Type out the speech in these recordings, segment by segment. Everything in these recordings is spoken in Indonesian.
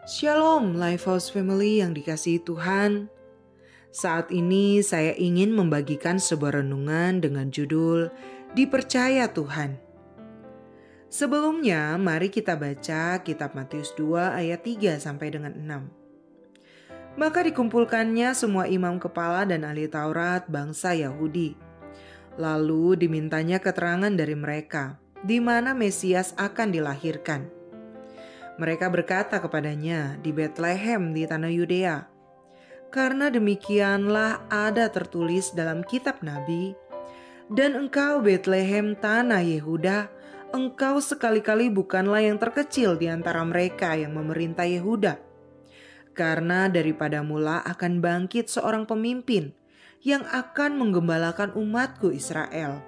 Shalom Lifehouse Family yang dikasihi Tuhan. Saat ini saya ingin membagikan sebuah renungan dengan judul Dipercaya Tuhan. Sebelumnya mari kita baca kitab Matius 2 ayat 3 sampai dengan 6. Maka dikumpulkannya semua imam kepala dan ahli Taurat bangsa Yahudi. Lalu dimintanya keterangan dari mereka di mana Mesias akan dilahirkan. Mereka berkata kepadanya, di Betlehem di tanah Yudea. Karena demikianlah ada tertulis dalam kitab Nabi, dan engkau Betlehem tanah Yehuda, engkau sekali-kali bukanlah yang terkecil di antara mereka yang memerintah Yehuda. Karena daripada mula akan bangkit seorang pemimpin yang akan menggembalakan umatku Israel.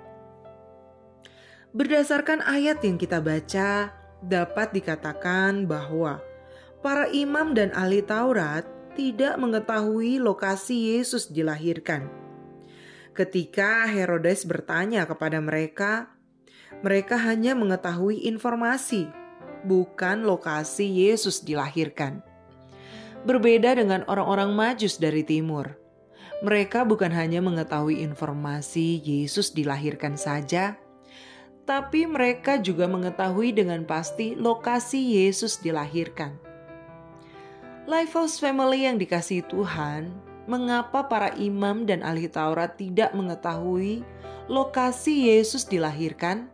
Berdasarkan ayat yang kita baca, dapat dikatakan bahwa para imam dan ahli Taurat tidak mengetahui lokasi Yesus dilahirkan. Ketika Herodes bertanya kepada mereka, mereka hanya mengetahui informasi, bukan lokasi Yesus dilahirkan. Berbeda dengan orang-orang Majus dari timur. Mereka bukan hanya mengetahui informasi Yesus dilahirkan saja, tapi mereka juga mengetahui dengan pasti lokasi Yesus dilahirkan. Lifehouse Family yang dikasihi Tuhan, mengapa para imam dan ahli Taurat tidak mengetahui lokasi Yesus dilahirkan?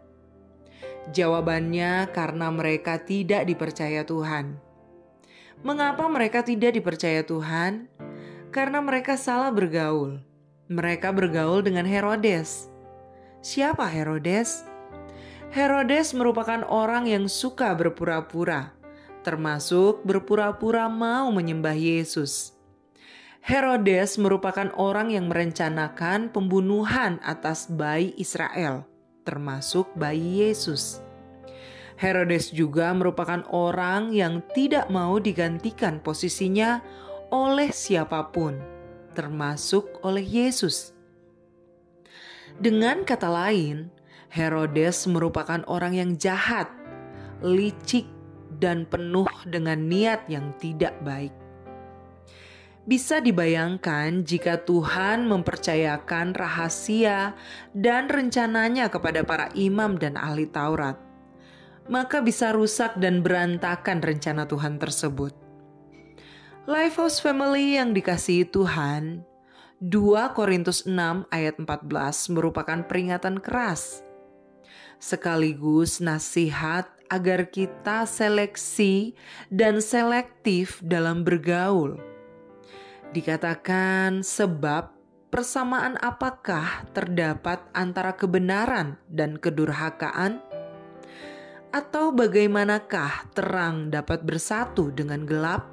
Jawabannya karena mereka tidak dipercaya Tuhan. Mengapa mereka tidak dipercaya Tuhan? Karena mereka salah bergaul. Mereka bergaul dengan Herodes. Siapa Herodes? Herodes merupakan orang yang suka berpura-pura, termasuk berpura-pura mau menyembah Yesus. Herodes merupakan orang yang merencanakan pembunuhan atas bayi Israel, termasuk bayi Yesus. Herodes juga merupakan orang yang tidak mau digantikan posisinya oleh siapapun, termasuk oleh Yesus. Dengan kata lain, Herodes merupakan orang yang jahat, licik, dan penuh dengan niat yang tidak baik. Bisa dibayangkan jika Tuhan mempercayakan rahasia dan rencananya kepada para imam dan ahli Taurat, maka bisa rusak dan berantakan rencana Tuhan tersebut. Lifehouse Family yang dikasihi Tuhan, 2 Korintus 6 ayat 14 merupakan peringatan keras, sekaligus nasihat agar kita seleksi dan selektif dalam bergaul. Dikatakan sebab persamaan apakah terdapat antara kebenaran dan kedurhakaan? Atau bagaimanakah terang dapat bersatu dengan gelap?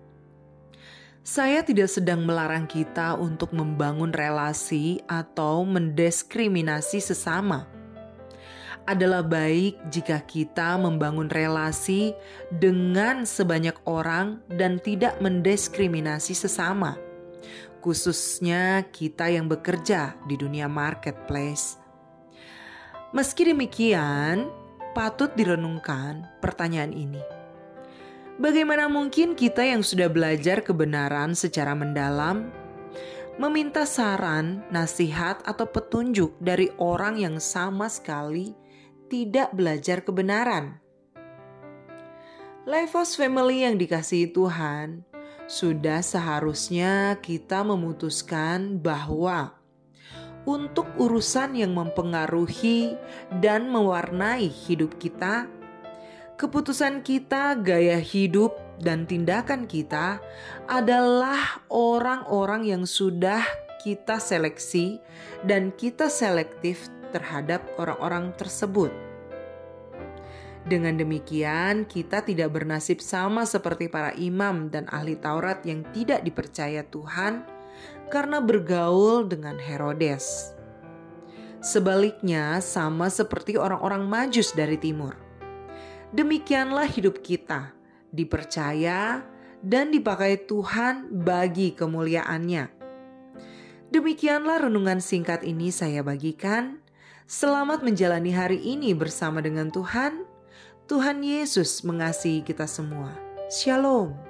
Saya tidak sedang melarang kita untuk membangun relasi atau mendiskriminasi sesama. Adalah baik jika kita membangun relasi dengan sebanyak orang dan tidak mendiskriminasi sesama, khususnya kita yang bekerja di dunia marketplace. Meski demikian, patut direnungkan pertanyaan ini. Bagaimana mungkin kita yang sudah belajar kebenaran secara mendalam meminta saran, nasihat, atau petunjuk dari orang yang sama sekali tidak belajar kebenaran? Lifehouse Family yang dikasihi Tuhan, sudah seharusnya kita memutuskan bahwa untuk urusan yang mempengaruhi dan mewarnai hidup kita, keputusan kita, gaya hidup, dan tindakan kita adalah orang-orang yang sudah kita seleksi dan kita selektif terhadap orang-orang tersebut. Dengan demikian, kita tidak bernasib sama seperti para imam dan ahli Taurat yang tidak dipercaya Tuhan karena bergaul dengan Herodes. Sebaliknya, sama seperti orang-orang Majus dari timur. Demikianlah hidup kita, dipercaya dan dipakai Tuhan bagi kemuliaan-Nya. Demikianlah renungan singkat ini saya bagikan. Selamat menjalani hari ini bersama dengan Tuhan. Tuhan Yesus mengasihi kita semua. Shalom.